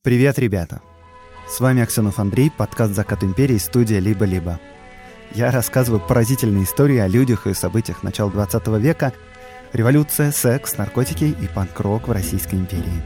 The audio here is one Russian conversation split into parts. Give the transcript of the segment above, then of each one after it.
Привет, ребята! С вами Аксенов Андрей, подкаст «Закат империи», студия «Либо-либо». Я рассказываю поразительные истории о людях и событиях начала 20 века, революция, секс, наркотики и панк-рок в Российской империи.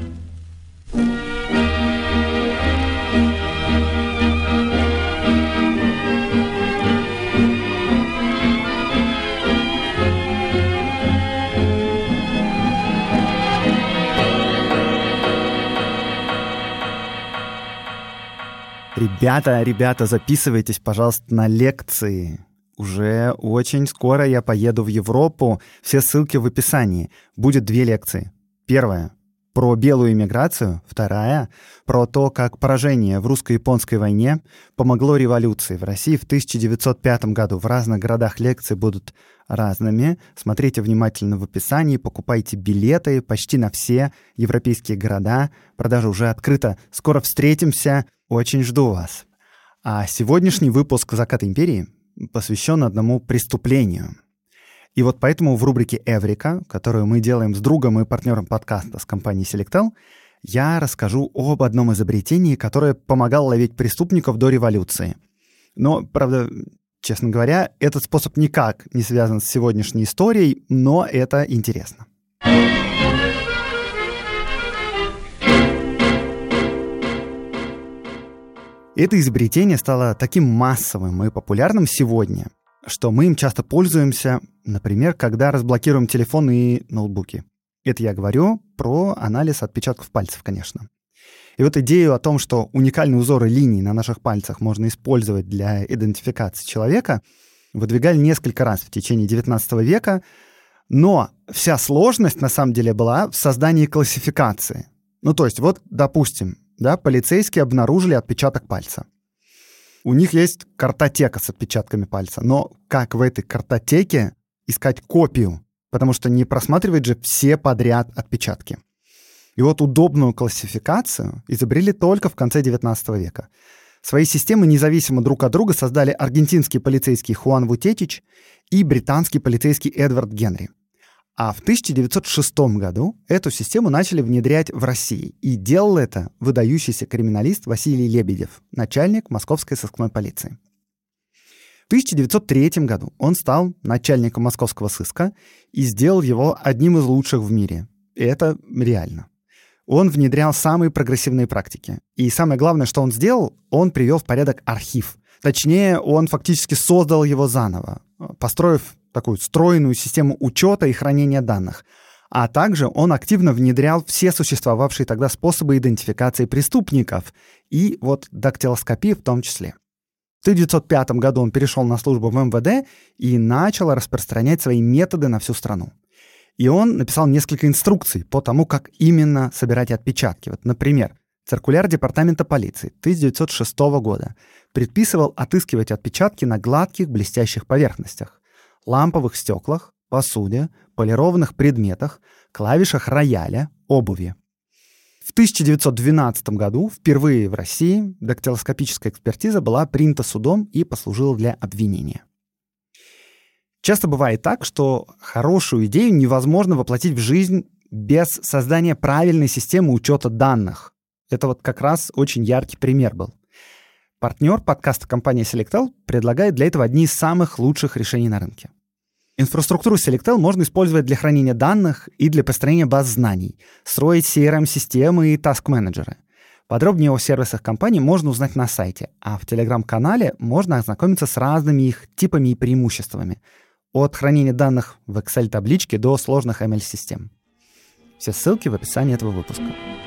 Ребята, записывайтесь, пожалуйста, на лекции. Уже очень скоро я поеду в Европу. Все ссылки в описании. Будет 2 лекции. Первая — про белую эмиграцию. Вторая — про то, как поражение в русско-японской войне помогло революции в России в 1905 году. В разных городах лекции будут разными. Смотрите внимательно в описании, покупайте билеты почти на все европейские города. Продажа уже открыта. Скоро встретимся. Очень жду вас. А сегодняшний выпуск «Закат империи» посвящен одному преступлению. И вот поэтому в рубрике «Эврика», которую мы делаем с другом и партнером подкаста с компанией Selectel, я расскажу об одном изобретении, которое помогало ловить преступников до революции. Но, правда, честно говоря, этот способ никак не связан с сегодняшней историей, но это интересно. Это изобретение стало таким массовым и популярным сегодня, что мы им часто пользуемся, например, когда разблокируем телефоны и ноутбуки. Это я говорю про анализ отпечатков пальцев, конечно. И вот идею о том, что уникальные узоры линий на наших пальцах можно использовать для идентификации человека, выдвигали несколько раз в течение XIX века, но вся сложность на самом деле была в создании классификации. Ну, то есть, вот, допустим, да, полицейские обнаружили отпечаток пальца. У них есть картотека с отпечатками пальца, но как в этой картотеке искать копию? Потому что не просматривать же все подряд отпечатки. И вот удобную классификацию изобрели только в конце XIX века. Свои системы независимо друг от друга создали аргентинский полицейский Хуан Вутетич и британский полицейский Эдвард Генри. А в 1906 году эту систему начали внедрять в России. И делал это выдающийся криминалист Василий Лебедев, начальник Московской сыскной полиции. В 1903 году он стал начальником московского сыска и сделал его одним из лучших в мире. И это реально. Он внедрял самые прогрессивные практики. И самое главное, что он сделал, он привел в порядок архив. Точнее, он фактически создал его заново, построив такую стройную систему учета и хранения данных. А также он активно внедрял все существовавшие тогда способы идентификации преступников, и вот дактилоскопию в том числе. В 1905 году он перешел на службу в МВД и начал распространять свои методы на всю страну. И он написал несколько инструкций по тому, как именно собирать отпечатки. Вот, например, циркуляр Департамента полиции 1906 года предписывал отыскивать отпечатки на гладких блестящих поверхностях, ламповых стеклах, посуде, полированных предметах, клавишах рояля, обуви. В 1912 году впервые в России дактилоскопическая экспертиза была принята судом и послужила для обвинения. Часто бывает так, что хорошую идею невозможно воплотить в жизнь без создания правильной системы учета данных. Это вот как раз очень яркий пример был. Партнер подкаста компания Selectel предлагает для этого одни из самых лучших решений на рынке. Инфраструктуру Selectel можно использовать для хранения данных и для построения баз знаний, строить CRM-системы и таск-менеджеры. Подробнее о сервисах компании можно узнать на сайте, а в Telegram-канале можно ознакомиться с разными их типами и преимуществами. От хранения данных в Excel-табличке до сложных ML-систем. Все ссылки в описании этого выпуска.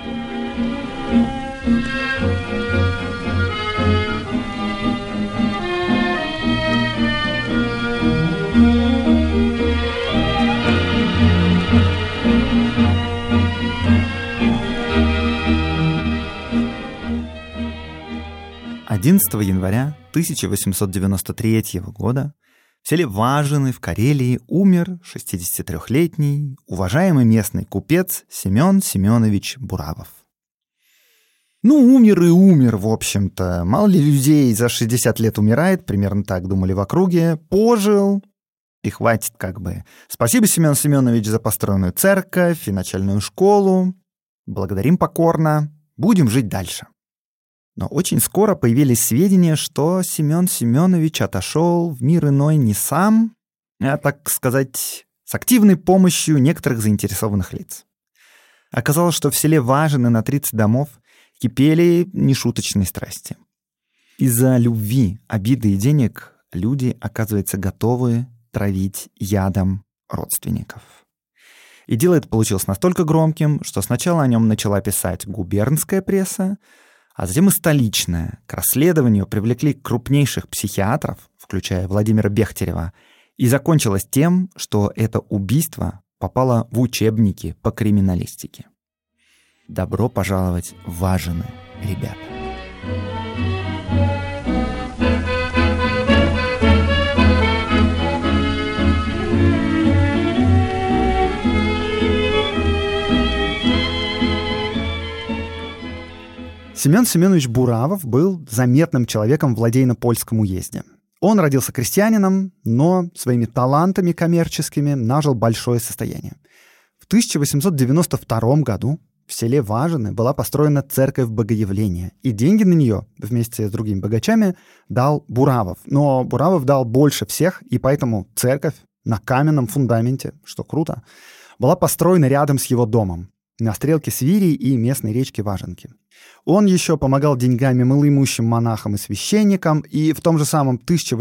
11 января 1893 года в селе Важины в Карелии умер 63-летний, уважаемый местный купец Семен Семенович Буравов. Ну, умер и умер, в общем-то. Мало ли людей за 60 лет умирает, примерно так думали в округе. Пожил, и хватит как бы. Спасибо, Семен Семенович, за построенную церковь и начальную школу. Благодарим покорно. будем жить дальше. Но очень скоро появились сведения, что Семен Семенович отошел в мир иной не сам, а, так сказать, с активной помощью некоторых заинтересованных лиц. Оказалось, что в селе Важино на 30 домов кипели нешуточные страсти. Из-за любви, обиды и денег люди, оказывается, готовы травить ядом родственников. И дело это получилось настолько громким, что сначала о нем начала писать губернская пресса, а затем и столичная. К расследованию привлекли крупнейших психиатров, включая Владимира Бехтерева, и закончилось тем, что это убийство попало в учебники по криминалистике. Добро пожаловать в Важино, ребята. Семен Семенович Буравов был заметным человеком в Ладейно-Польском уезде. Он родился крестьянином, но своими талантами коммерческими нажил большое состояние. В 1892 году в селе Важино была построена церковь Богоявления, и деньги на нее вместе с другими богачами дал Буравов. Но Буравов дал больше всех, и поэтому церковь на каменном фундаменте, что круто, была построена рядом с его домом, на стрелке Свирии и местной речки Важенки. Он еще помогал деньгами малоимущим монахам и священникам, и в том же самом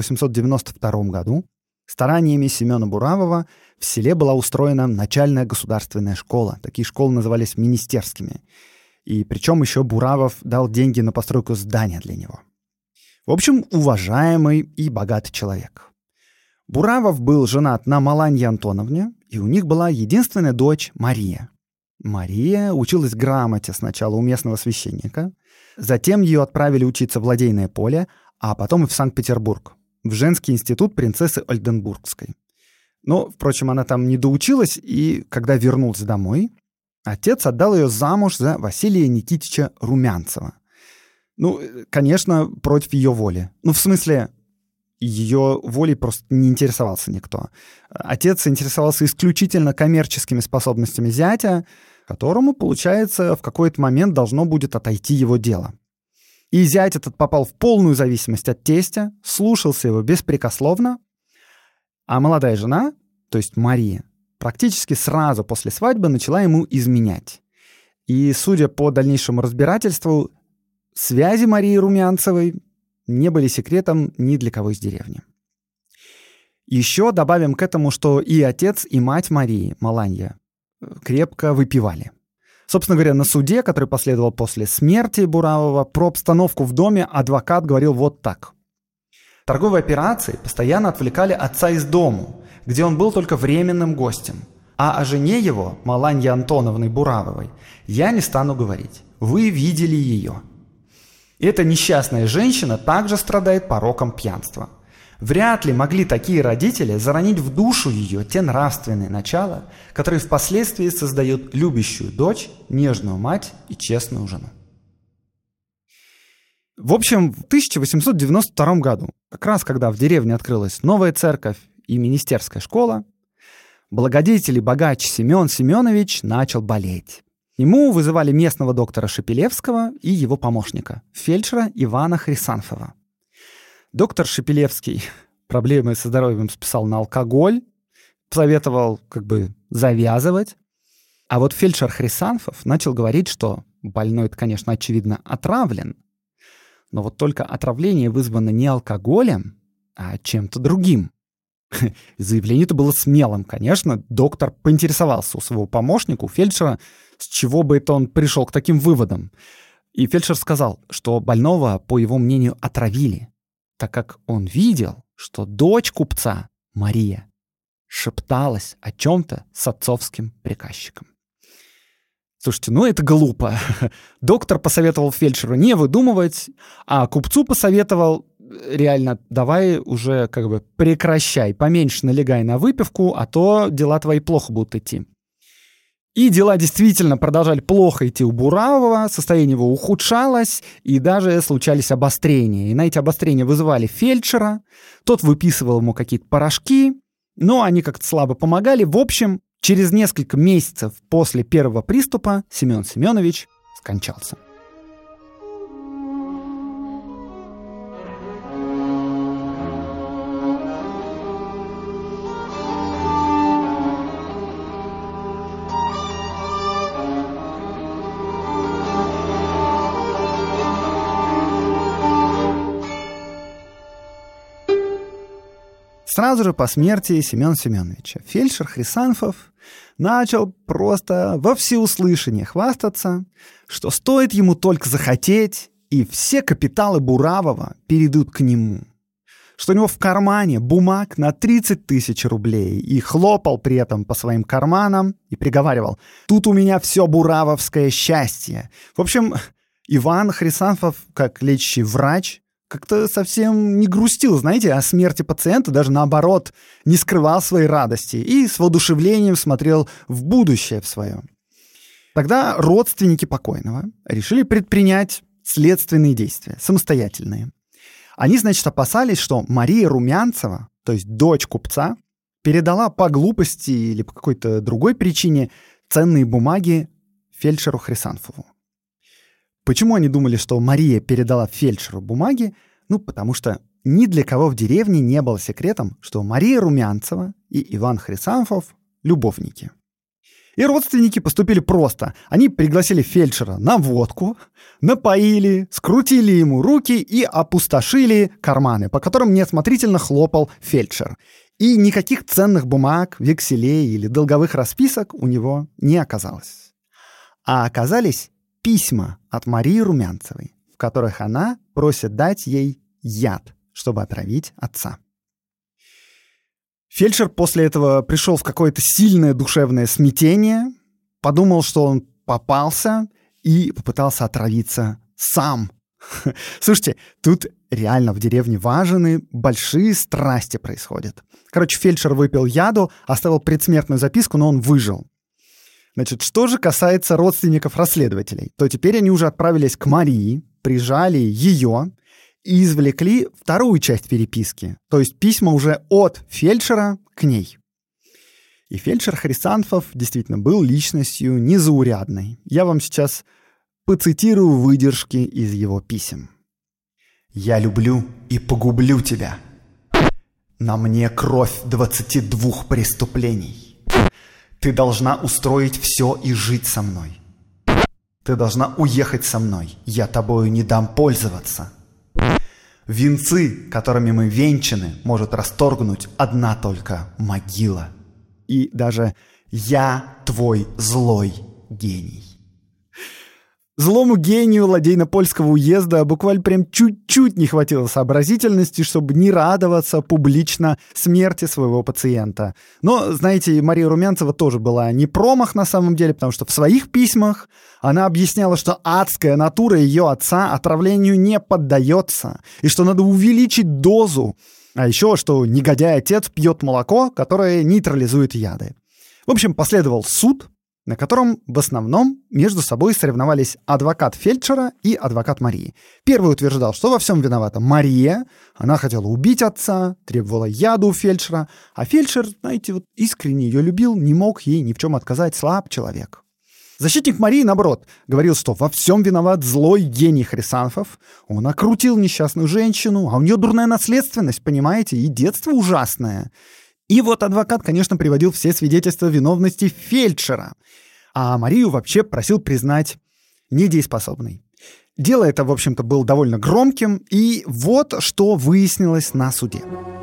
1892 году стараниями Семена Буравова в селе была устроена начальная государственная школа. Такие школы назывались министерскими. И причем еще Буравов дал деньги на постройку здания для него. В общем, уважаемый и богатый человек. Буравов был женат на Маланье Антоновне, и у них была единственная дочь Мария. Мария училась грамоте сначала у местного священника, затем ее отправили учиться в Ладейное поле, а потом и в Санкт-Петербург, в женский институт принцессы Ольденбургской. Но, впрочем, она там не доучилась, и когда вернулась домой, отец отдал ее замуж за Василия Никитича Румянцева. Ну, конечно, против ее воли. Ну, в смысле, ее волей просто не интересовался никто. Отец интересовался исключительно коммерческими способностями зятя, которому, получается, в какой-то момент должно будет отойти его дело. И зять этот попал в полную зависимость от тестя, слушался его беспрекословно, а молодая жена, то есть Мария, практически сразу после свадьбы начала ему изменять. И, судя по дальнейшему разбирательству, связи Марии Румянцевой не были секретом ни для кого из деревни. Еще добавим к этому, что и отец, и мать Марии, Маланья, крепко выпивали. Собственно говоря, на суде, который последовал после смерти Буравова, про обстановку в доме адвокат говорил вот так. Торговые операции постоянно отвлекали отца из дому, где он был только временным гостем. А о жене его, Маланье Антоновны Буравовой, я не стану говорить. Вы видели ее. Эта несчастная женщина также страдает пороком пьянства. Вряд ли могли такие родители заронить в душу ее те нравственные начала, которые впоследствии создают любящую дочь, нежную мать и честную жену. В общем, в 1892 году, как раз когда в деревне открылась новая церковь и министерская школа, благодетель и богач Семен Семенович начал болеть. Ему вызывали местного доктора Шепелевского и его помощника, фельдшера Ивана Хрисанфова. Доктор Шепелевский проблемы со здоровьем списал на алкоголь, советовал завязывать. А вот фельдшер Хрисанфов начал говорить, что больной-то, конечно, очевидно отравлен, но вот только отравление вызвано не алкоголем, а чем-то другим. Заявление-то было смелым, конечно. Доктор поинтересовался у своего помощника, у фельдшера, с чего бы это он пришел к таким выводам. И фельдшер сказал, что больного, по его мнению, отравили, так как он видел, что дочь купца, Мария, шепталась о чем-то с отцовским приказчиком. Слушайте, это глупо. Доктор посоветовал фельдшеру не выдумывать, а купцу посоветовал реально, давай уже прекращай, поменьше налегай на выпивку, а то дела твои плохо будут идти. И дела действительно продолжали плохо идти у Буравова, состояние его ухудшалось, и даже случались обострения. И на эти обострения вызывали фельдшера, тот выписывал ему какие-то порошки, но они как-то слабо помогали. В общем, через несколько месяцев после первого приступа Семен Семенович скончался. Сразу же по смерти Семена Семеновича фельдшер Хрисанфов начал просто во всеуслышание хвастаться, что стоит ему только захотеть, и все капиталы Буравова перейдут к нему. Что у него в кармане бумаг на 30 тысяч рублей, и хлопал при этом по своим карманам и приговаривал: «Тут у меня все буравовское счастье». В общем, Иван Хрисанфов, как лечащий врач, как-то совсем не грустил, знаете, о смерти пациента, даже наоборот, не скрывал своей радости и с воодушевлением смотрел в будущее в свое. Тогда родственники покойного решили предпринять следственные действия, самостоятельные. Они, значит, опасались, что Мария Румянцева, то есть дочь купца, передала по глупости или по какой-то другой причине ценные бумаги фельдшеру Хрисанфову. Почему они думали, что Мария передала фельдшеру бумаги? Потому что ни для кого в деревне не было секретом, что Мария Румянцева и Иван Хрисанфов — любовники. И родственники поступили просто. Они пригласили фельдшера на водку, напоили, скрутили ему руки и опустошили карманы, по которым неосмотрительно хлопал фельдшер. И никаких ценных бумаг, векселей или долговых расписок у него не оказалось. А оказались письма от Марии Румянцевой, в которых она просит дать ей яд, чтобы отравить отца. Фельдшер после этого пришел в какое-то сильное душевное смятение, подумал, что он попался, и попытался отравиться сам. Слушайте, тут реально в деревне Важины большие страсти происходят. Фельдшер выпил яду, оставил предсмертную записку, но он выжил. Значит, что же касается родственников расследователей, то теперь они уже отправились к Марии, прижали ее и извлекли вторую часть переписки, то есть письма уже от фельдшера к ней. И фельдшер Хрисанфов действительно был личностью незаурядной. Я вам сейчас поцитирую выдержки из его писем. «Я люблю и погублю тебя. На мне кровь 22 преступлений. Ты должна устроить все и жить со мной. Ты должна уехать со мной, я тобою не дам пользоваться. Венцы, которыми мы венчаны, может расторгнуть одна только могила. И даже я твой злой гений». Злому гению ладейно-польского уезда буквально прям чуть-чуть не хватило сообразительности, чтобы не радоваться публично смерти своего пациента. Но, знаете, Мария Румянцева тоже была не промах на самом деле, потому что в своих письмах она объясняла, что адская натура ее отца отравлению не поддается, и что надо увеличить дозу, а еще, что негодяй-отец пьет молоко, которое нейтрализует яды. В общем, последовал суд, на котором в основном между собой соревновались адвокат фельдшера и адвокат Марии. Первый утверждал, что во всем виновата Мария, она хотела убить отца, требовала яду у фельдшера, а фельдшер, знаете, искренне ее любил, не мог ей ни в чем отказать, слаб человек. Защитник Марии, наоборот, говорил, что во всем виноват злой гений Хрисанфов, он окрутил несчастную женщину, а у нее дурная наследственность, понимаете, и детство ужасное. И адвокат, конечно, приводил все свидетельства виновности фельдшера, а Марию вообще просил признать недееспособной. Дело это, в общем-то, было довольно громким, и вот что выяснилось на суде.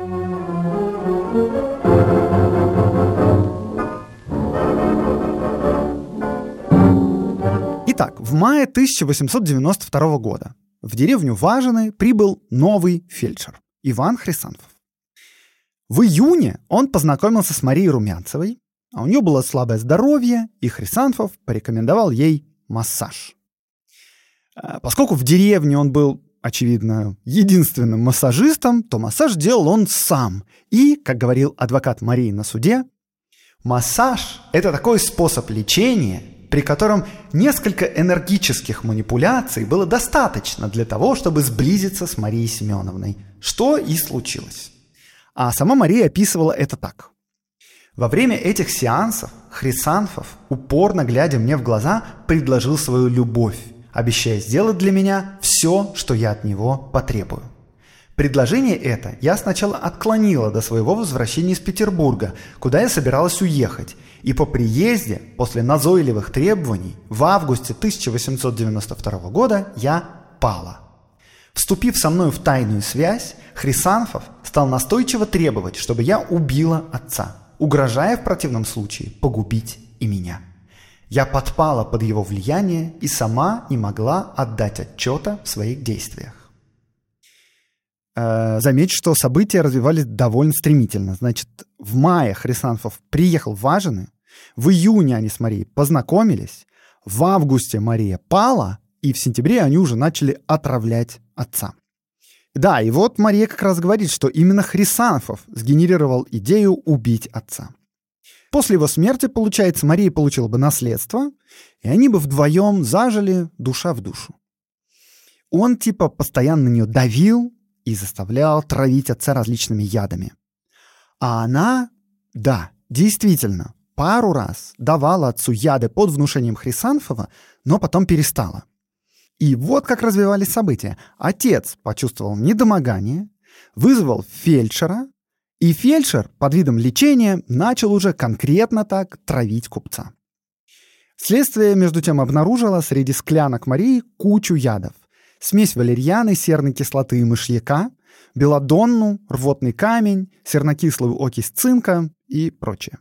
Итак, в мае 1892 года в деревню Важины прибыл новый фельдшер Иван Хрисанфов. В июне он познакомился с Марией Румянцевой, а у нее было слабое здоровье, и Хрисанфов порекомендовал ей массаж. Поскольку в деревне он был, очевидно, единственным массажистом, то массаж делал он сам. И, как говорил адвокат Марии на суде, массаж – это такой способ лечения, при котором несколько энергических манипуляций было достаточно для того, чтобы сблизиться с Марией Семеновной, что и случилось. А сама Мария описывала это так. «Во время этих сеансов Хрисанфов, упорно глядя мне в глаза, предложил свою любовь, обещая сделать для меня все, что я от него потребую. Предложение это я сначала отклонила до своего возвращения из Петербурга, куда я собиралась уехать, и по приезде, после назойливых требований, в августе 1892 года я пала. Вступив со мной в тайную связь, Хрисанфов стал настойчиво требовать, чтобы я убила отца, угрожая в противном случае погубить и меня. Я подпала под его влияние и сама не могла отдать отчета в своих действиях. Замечу, что события развивались довольно стремительно. Значит, в мае Хрисанфов приехал в Важины, в июне они с Марией познакомились, в августе Мария пала, и в сентябре они уже начали отравлять отца. Да, и вот Мария как раз говорит, что именно Хрисанфов сгенерировал идею убить отца. После его смерти, получается, Мария получила бы наследство, и они бы вдвоем зажили душа в душу. Он типа постоянно на нее давил и заставлял травить отца различными ядами. А она, да, действительно, пару раз давала отцу яды под внушением Хрисанфова, но потом перестала. И вот как развивались события. Отец почувствовал недомогание, вызвал фельдшера, и фельдшер под видом лечения начал уже конкретно так травить купца. Следствие, между тем, обнаружило среди склянок Марии кучу ядов. Смесь валерьяны, серной кислоты и мышьяка, белладонну, рвотный камень, сернокислую окись цинка и прочее.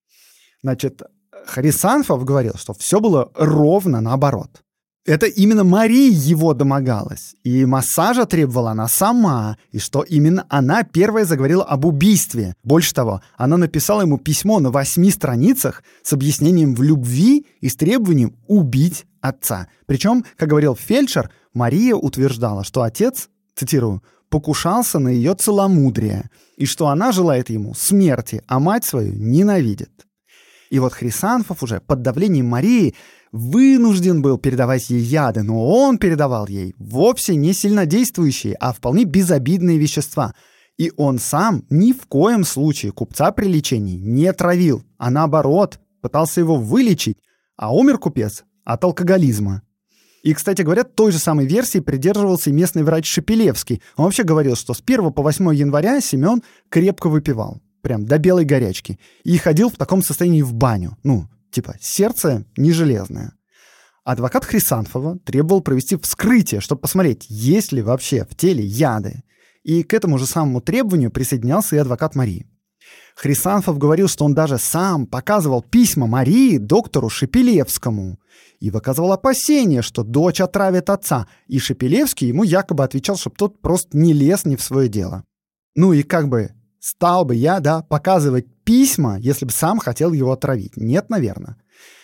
Значит, Хрисанфов говорил, что все было ровно наоборот. Это именно Мария его домогалась, и массажа требовала она сама, и что именно она первая заговорила об убийстве. Больше того, она написала ему письмо на 8 страницах с объяснением в любви и с требованием убить отца. Причем, как говорил фельдшер, Мария утверждала, что отец, цитирую, покушался на ее целомудрие, и что она желает ему смерти, а мать свою ненавидит. И вот Хрисанфов уже под давлением Марии вынужден был передавать ей яды, но он передавал ей вовсе не сильнодействующие, а вполне безобидные вещества. И он сам ни в коем случае купца при лечении не травил, а наоборот, пытался его вылечить, а умер купец от алкоголизма. И, кстати говоря, той же самой версии придерживался и местный врач Шепелевский. Он вообще говорил, что с 1 по 8 января Семен крепко выпивал, прям до белой горячки, и ходил в таком состоянии в баню. Типа, сердце не железное. Адвокат Хрисанфова требовал провести вскрытие, чтобы посмотреть, есть ли вообще в теле яды. И к этому же самому требованию присоединялся и адвокат Марии. Хрисанфов говорил, что он даже сам показывал письма Марии доктору Шепелевскому и выказывал опасения, что дочь отравит отца, и Шепелевский ему якобы отвечал, чтобы тот просто не лез не в свое дело. И как бы стал бы я, показывать письма, если бы сам хотел его отравить? Нет, наверное.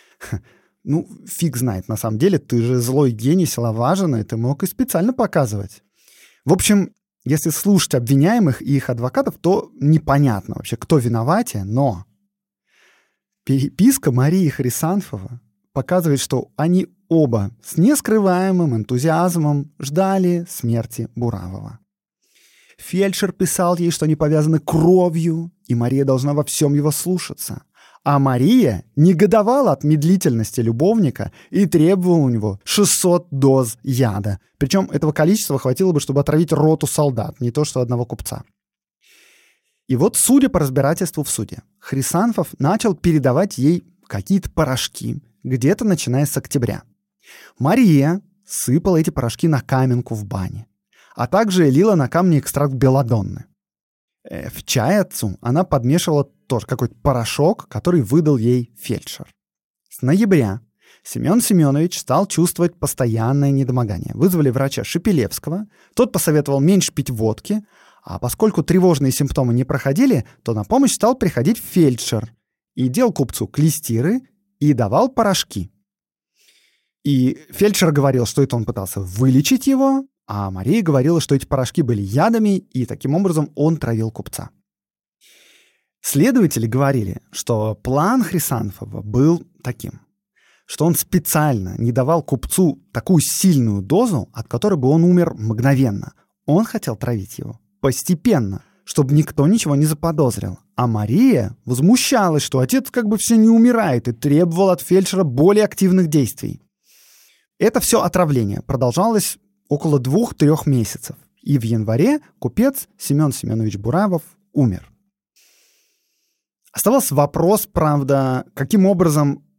Фиг знает, на самом деле, ты же злой гений села Важина, и ты мог и специально показывать. В общем, если слушать обвиняемых и их адвокатов, то непонятно вообще, кто виноватее, но переписка Марии Хрисанфова показывает, что они оба с нескрываемым энтузиазмом ждали смерти Буравова. Фельдшер писал ей, что они повязаны кровью, и Мария должна во всем его слушаться. А Мария негодовала от медлительности любовника и требовала у него 600 доз яда. Причем этого количества хватило бы, чтобы отравить роту солдат, не то что одного купца. И вот, судя по разбирательству в суде, Хрисанфов начал передавать ей какие-то порошки, где-то начиная с октября. Мария сыпала эти порошки на каменку в бане, а также лила на камни экстракт белладонны. В чай отцу она подмешивала тоже какой-то порошок, который выдал ей фельдшер. С ноября Семен Семенович стал чувствовать постоянное недомогание. Вызвали врача Шепелевского, тот посоветовал меньше пить водки, а поскольку тревожные симптомы не проходили, то на помощь стал приходить фельдшер и делал купцу клестиры и давал порошки. И фельдшер говорил, что это он пытался вылечить его, а Мария говорила, что эти порошки были ядами, и таким образом он травил купца. Следователи говорили, что план Хрисанфова был таким, что он специально не давал купцу такую сильную дозу, от которой бы он умер мгновенно. Он хотел травить его постепенно, чтобы никто ничего не заподозрил. А Мария возмущалась, что отец как бы все не умирает, и требовал от фельдшера более активных действий. Это все отравление продолжалось около 2-3 месяцев. И в январе купец Семен Семенович Буравов умер. Оставался вопрос, правда, каким образом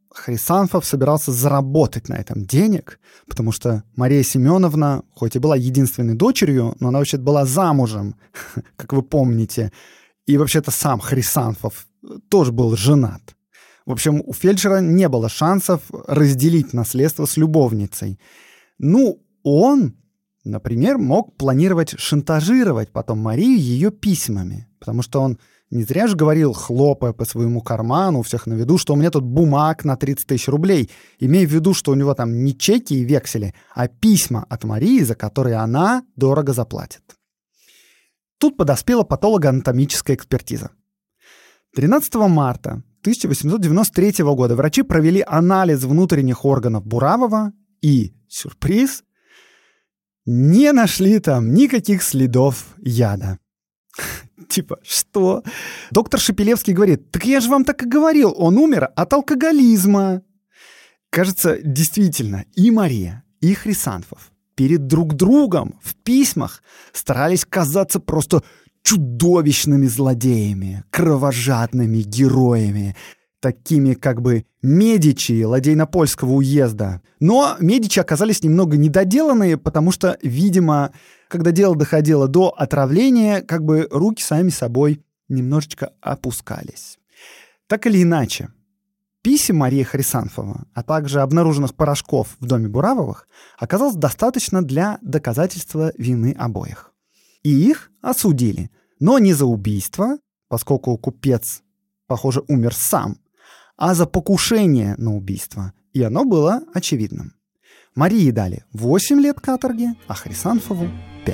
Хрисанфов собирался заработать на этом денег, потому что Мария Семеновна, хоть и была единственной дочерью, но она вообще-то была замужем, как вы помните. И вообще-то сам Хрисанфов тоже был женат. В общем, у фельдшера не было шансов разделить наследство с любовницей. Он, например, мог планировать шантажировать потом Марию ее письмами, потому что он не зря же говорил, хлопая по своему карману, у всех на виду, что у меня тут бумаг на 30 тысяч рублей, имея в виду, что у него там не чеки и векселя, а письма от Марии, за которые она дорого заплатит. Тут подоспела патологоанатомическая экспертиза. 13 марта 1893 года врачи провели анализ внутренних органов Буравова и, сюрприз, не нашли там никаких следов яда. Типа, что? Доктор Шепелевский говорит, так я же вам так и говорил, он умер от алкоголизма. Кажется, действительно, и Мария, и Хрисанфов перед друг другом в письмах старались казаться просто чудовищными злодеями, кровожадными героями, такими как бы Медичи Ладейно-Польского уезда. Но Медичи оказались немного недоделанные, потому что, видимо, когда дело доходило до отравления, как бы руки сами собой немножечко опускались. Так или иначе, писем Марии Хрисанфова, а также обнаруженных порошков в доме Буравовых оказалось достаточно для доказательства вины обоих. И их осудили, но не за убийство, поскольку купец, похоже, умер сам, а за покушение на убийство, и оно было очевидным. Марии дали 8 лет каторги, а Хрисанфову 5.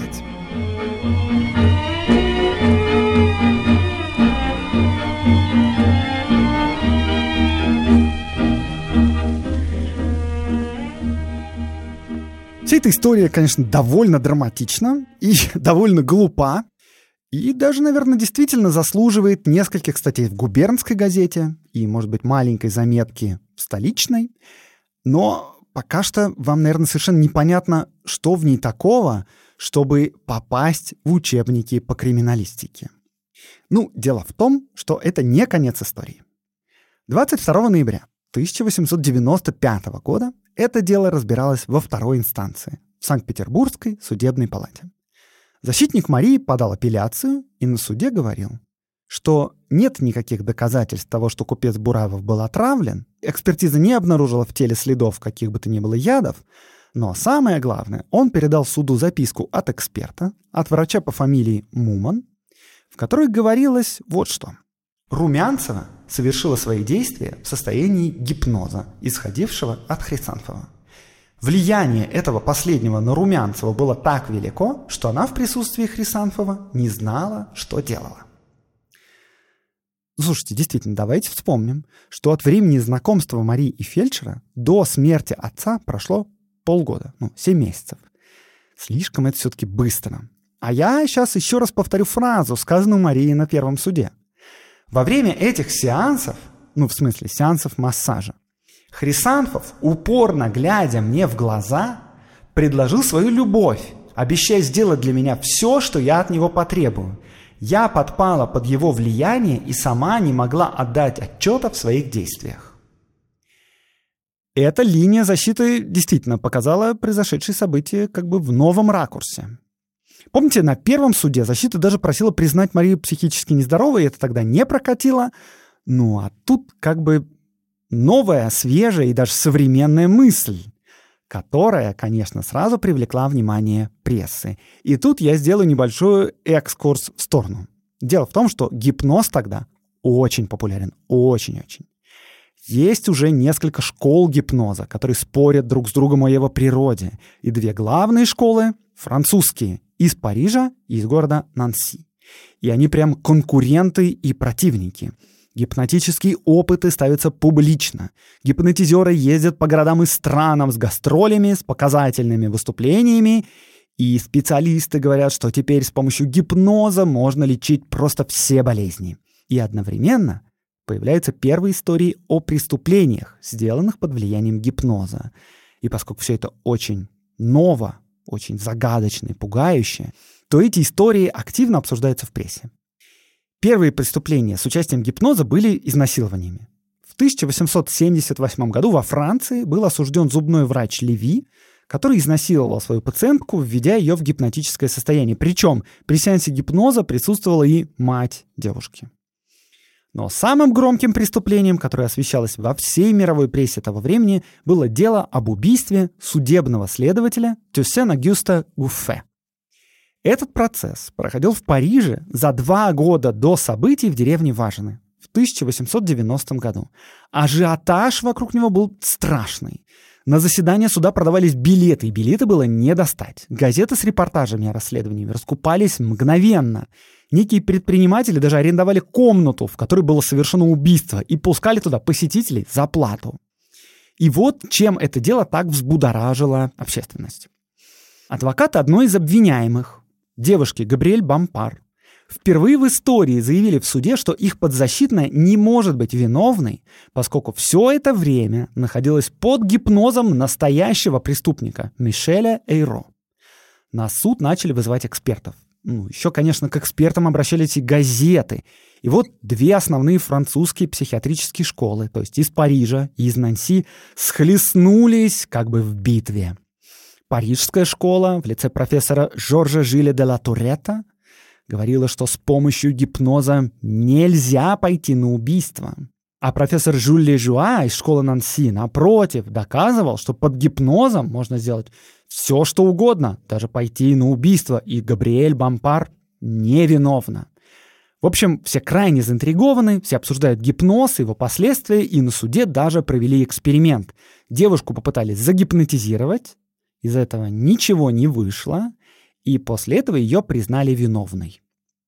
Вся эта история, конечно, довольно драматична и довольно глупа, и даже, наверное, действительно заслуживает нескольких статей в губернской газете и, может быть, маленькой заметки в столичной. Но пока что вам, наверное, совершенно непонятно, что в ней такого, чтобы попасть в учебники по криминалистике. Дело в том, что это не конец истории. 22 ноября 1895 года это дело разбиралось во второй инстанции в Санкт-Петербургской судебной палате. Защитник Марии подал апелляцию и на суде говорил, что нет никаких доказательств того, что купец Буравов был отравлен, экспертиза не обнаружила в теле следов каких бы то ни было ядов, но самое главное, он передал суду записку от эксперта, от врача по фамилии Муман, в которой говорилось вот что. Румянцева совершила свои действия в состоянии гипноза, исходившего от Хрисанфова. Влияние этого последнего на Румянцева было так велико, что она в присутствии Хрисанфова не знала, что делала. Слушайте, действительно, давайте вспомним, что от времени знакомства Марии и фельдшера до смерти отца прошло полгода, 7 месяцев. Слишком это все-таки быстро. А я сейчас еще раз повторю фразу, сказанную Марией на первом суде. Во время этих сеансов, в смысле сеансов массажа, Хрисанфов, упорно глядя мне в глаза, предложил свою любовь, обещая сделать для меня все, что я от него потребую. Я подпала под его влияние и сама не могла отдать отчета в своих действиях. Эта линия защиты действительно показала произошедшие события как бы в новом ракурсе. Помните, на первом суде защита даже просила признать Марию психически нездоровой, и это тогда не прокатило. А тут как бы новая, свежая и даже современная мысль, которая, конечно, сразу привлекла внимание прессы. И тут я сделаю небольшой экскурс в сторону. Дело в том, что гипноз тогда очень популярен, очень-очень. Есть уже несколько школ гипноза, которые спорят друг с другом о его природе. И 2 главные школы — французские, из Парижа и из города Нанси. И они прям конкуренты и противники. Гипнотические опыты ставятся публично. Гипнотизеры ездят по городам и странам с гастролями, с показательными выступлениями. И специалисты говорят, что теперь с помощью гипноза можно лечить просто все болезни. И одновременно появляются первые истории о преступлениях, сделанных под влиянием гипноза. И поскольку все это очень ново, очень загадочно и пугающе, то эти истории активно обсуждаются в прессе. Первые преступления с участием гипноза были изнасилованиями. В 1878 году во Франции был осужден зубной врач Леви, который изнасиловал свою пациентку, введя ее в гипнотическое состояние. Причем при сеансе гипноза присутствовала и мать девушки. Но самым громким преступлением, которое освещалось во всей мировой прессе того времени, было дело об убийстве судебного следователя Тюссен-Агюста Гуффе. Этот процесс проходил в Париже за 2 года до событий в деревне Важены в 1890 году. Ажиотаж вокруг него был страшный. На заседание суда продавались билеты, и билеты было не достать. Газеты с репортажами о расследовании раскупались мгновенно. Некие предприниматели даже арендовали комнату, в которой было совершено убийство, и пускали туда посетителей за плату. И вот чем это дело так взбудоражило общественность. Адвокаты одной из обвиняемых, девушки Габриэль Бампар, впервые в истории заявили в суде, что их подзащитная не может быть виновной, поскольку все это время находилась под гипнозом настоящего преступника Мишеля Эйро. На суд начали вызывать экспертов. Еще, конечно, к экспертам обращались и газеты. И вот 2 основные французские психиатрические школы, то есть из Парижа и из Нанси, схлестнулись как бы в битве. Парижская школа в лице профессора Жоржа Жиля де ла Турета говорила, что с помощью гипноза нельзя пойти на убийство. А профессор Жюль Лежуа из школы Нанси, напротив, доказывал, что под гипнозом можно сделать все, что угодно, даже пойти на убийство, и Габриэль Бампар невиновна. В общем, все крайне заинтригованы, все обсуждают гипноз, его последствия, и на суде даже провели эксперимент. Девушку попытались загипнотизировать, из этого ничего не вышло, и после этого ее признали виновной.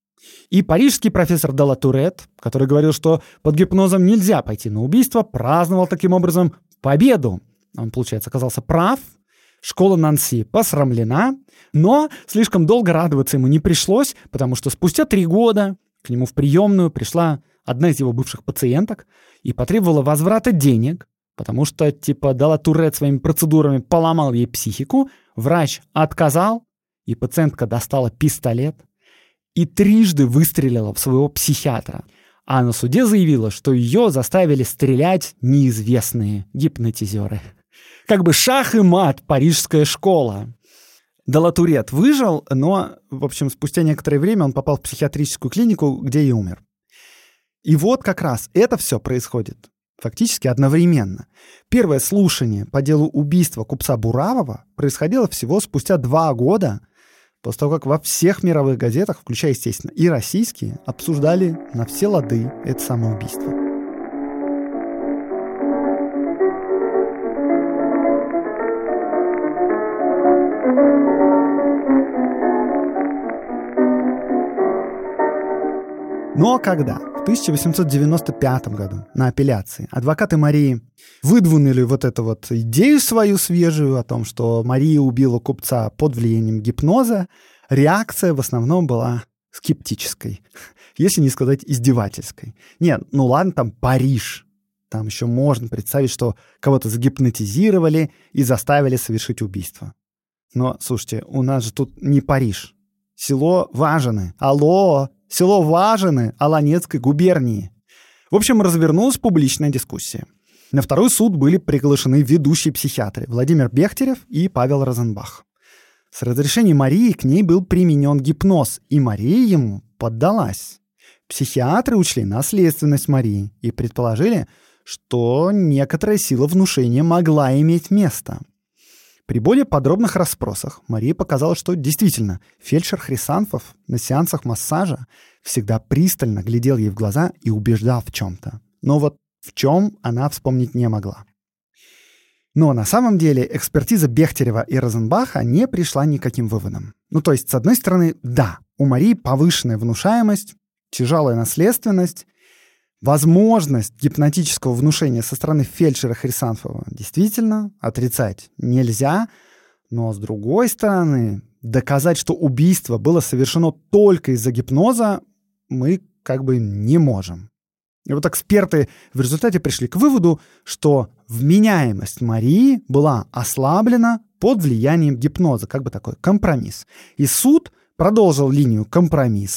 И парижский профессор де ла Турет, который говорил, что под гипнозом нельзя пойти на убийство, праздновал таким образом победу. Он, получается, оказался прав. Школа Нанси посрамлена, но слишком долго радоваться ему не пришлось, потому что спустя 3 года к нему в приемную пришла одна из его бывших пациенток и потребовала возврата денег, потому что, де ла Турет своими процедурами поломал ей психику, врач отказал, и пациентка достала пистолет и 3 выстрелила в своего психиатра. А на суде заявила, что ее заставили стрелять неизвестные гипнотизеры. Как бы шах и мат, парижская школа. Де ла Турет выжил, но, в общем, спустя некоторое время он попал в психиатрическую клинику, где и умер. И вот как раз это все происходит фактически одновременно. Первое слушание по делу убийства купца Буравова происходило всего спустя 2 года, после того, как во всех мировых газетах, включая, естественно, и российские, обсуждали на все лады это самое убийство. Но когда в 1895 году на апелляции адвокаты Марии выдвинули вот эту вот идею свою свежую о том, что Мария убила купца под влиянием гипноза, реакция в основном была скептической, если не сказать издевательской. Нет, ну ладно, там Париж. Там еще можно представить, что кого-то загипнотизировали и заставили совершить убийство. Но, слушайте, у нас же тут не Париж. Село Важены. Алло! Село Важены Аланецкой губернии. В общем, развернулась публичная дискуссия. На второй суд были приглашены ведущие психиатры Владимир Бехтерев и Павел Розенбах. С разрешения Марии к ней был применен гипноз, и Мария ему поддалась. Психиатры учли наследственность Марии и предположили, что некоторая сила внушения могла иметь место. При более подробных расспросах Мария показала, что действительно фельдшер Хрисанфов на сеансах массажа всегда пристально глядел ей в глаза и убеждал в чем-то. Но вот в чем она вспомнить не могла. Но на самом деле экспертиза Бехтерева и Розенбаха не пришла ни к каким выводам. Ну то есть, с одной стороны, да, у Марии повышенная внушаемость, тяжелая наследственность, возможность гипнотического внушения со стороны фельдшера Хрисанфова действительно отрицать нельзя, но с другой стороны, доказать, что убийство было совершено только из-за гипноза, мы как бы не можем. И вот эксперты в результате пришли к выводу, что вменяемость Марии была ослаблена под влиянием гипноза, как бы такой компромисс. И суд продолжил линию компромисса,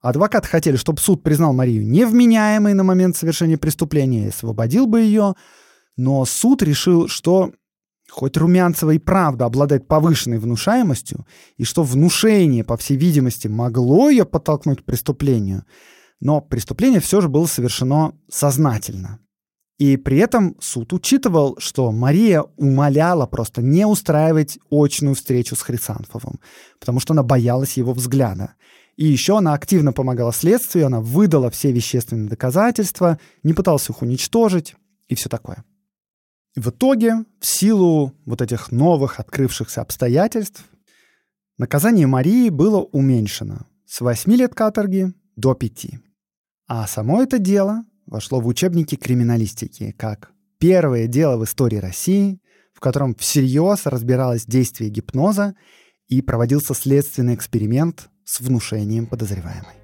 Адвокаты хотели, чтобы суд признал Марию невменяемой на момент совершения преступления и освободил бы ее, но суд решил, что хоть Румянцева и правда обладает повышенной внушаемостью, и что внушение, по всей видимости, могло ее подтолкнуть к преступлению, но преступление все же было совершено сознательно. И при этом суд учитывал, что Мария умоляла просто не устраивать очную встречу с Хрисанфовым, потому что она боялась его взгляда. И еще она активно помогала следствию, она выдала все вещественные доказательства, не пыталась их уничтожить и все такое. И в итоге, в силу вот этих новых открывшихся обстоятельств, наказание Марии было уменьшено с 8 лет каторги до 5. А само это дело вошло в учебники криминалистики как первое дело в истории России, в котором всерьез разбиралось действие гипноза и проводился следственный эксперимент с внушением подозреваемой.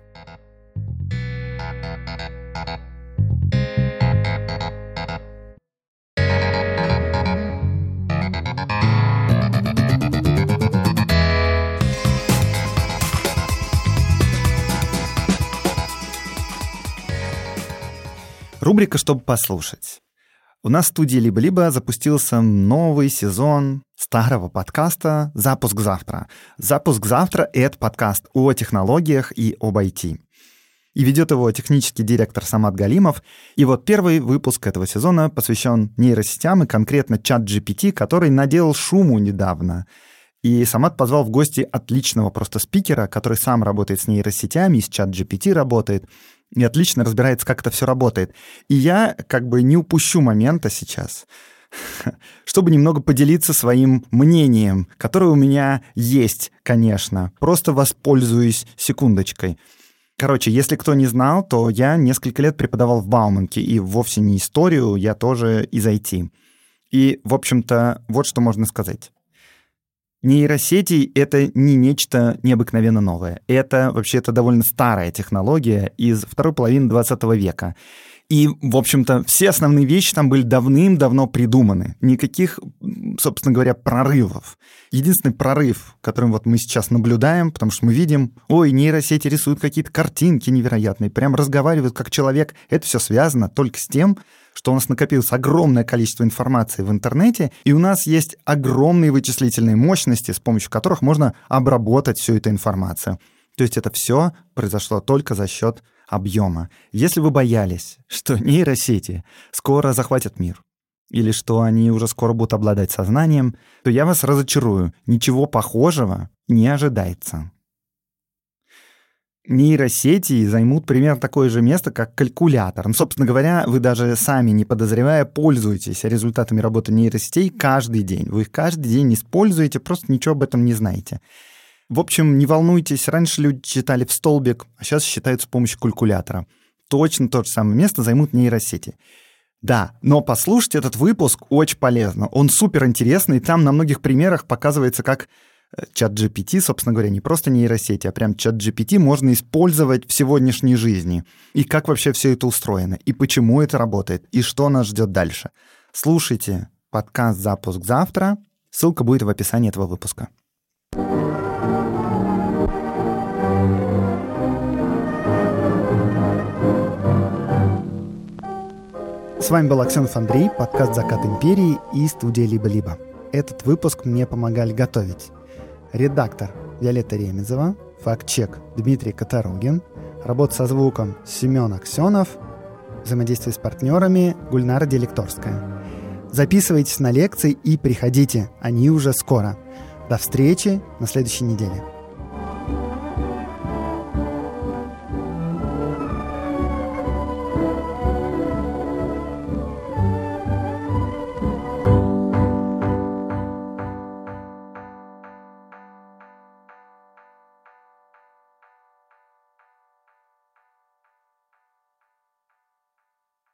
Рубрика «Чтобы послушать». У нас в студии «Либо-либо» запустился новый сезон старого подкаста «Запуск завтра». «Запуск завтра» — это подкаст о технологиях и об IT. И ведет его технический директор Самат Галимов. И вот первый выпуск этого сезона посвящен нейросетям и конкретно ChatGPT, который наделал шуму недавно. И Самат позвал в гости отличного просто спикера, который сам работает с нейросетями и с ChatGPT работает, и отлично разбирается, как это все работает. И я как бы не упущу момента сейчас, чтобы немного поделиться своим мнением, которое у меня есть, конечно. Просто воспользуюсь секундочкой. Короче, если кто не знал, то я несколько лет преподавал в Бауманке, и вовсе не историю, я тоже из IT. И, в общем-то, вот что можно сказать. Нейросети — это не нечто необыкновенно новое. Это вообще-то довольно старая технология из второй половины 20 века. И, в общем-то, все основные вещи там были давным-давно придуманы. Никаких, собственно говоря, прорывов. Единственный прорыв, который вот мы сейчас наблюдаем, потому что мы видим, нейросети рисуют какие-то картинки невероятные, прям разговаривают как человек. Это все связано только с тем, что у нас накопилось огромное количество информации в интернете, и у нас есть огромные вычислительные мощности, с помощью которых можно обработать всю эту информацию. То есть это все произошло только за счет объема. Если вы боялись, что нейросети скоро захватят мир, или что они уже скоро будут обладать сознанием, то я вас разочарую. Ничего похожего не ожидается. Нейросети займут примерно такое же место, как калькулятор. Собственно говоря, вы даже сами, не подозревая, пользуетесь результатами работы нейросетей каждый день. Вы их каждый день используете, просто ничего об этом не знаете. В общем, не волнуйтесь, раньше люди читали в столбик, а сейчас считают с помощью калькулятора. Точно то же самое место займут нейросети. Да, но послушать этот выпуск очень полезно. Он супер интересный, там на многих примерах показывается, как ChatGPT, собственно говоря, не просто нейросети, а прям ChatGPT можно использовать в сегодняшней жизни. И как вообще все это устроено, и почему это работает, и что нас ждет дальше. Слушайте подкаст «Запуск завтра». Ссылка будет в описании этого выпуска. С вами был Аксенов Андрей, подкаст «Закат империи» и студия «Либо-либо». Этот выпуск мне помогали готовить редактор Виолетта Ремезова, факт-чек Дмитрий Которогин, работа со звуком Семен Аксенов, взаимодействие с партнерами Гульнара Делекторская. Записывайтесь на лекции и приходите, они уже скоро. До встречи на следующей неделе.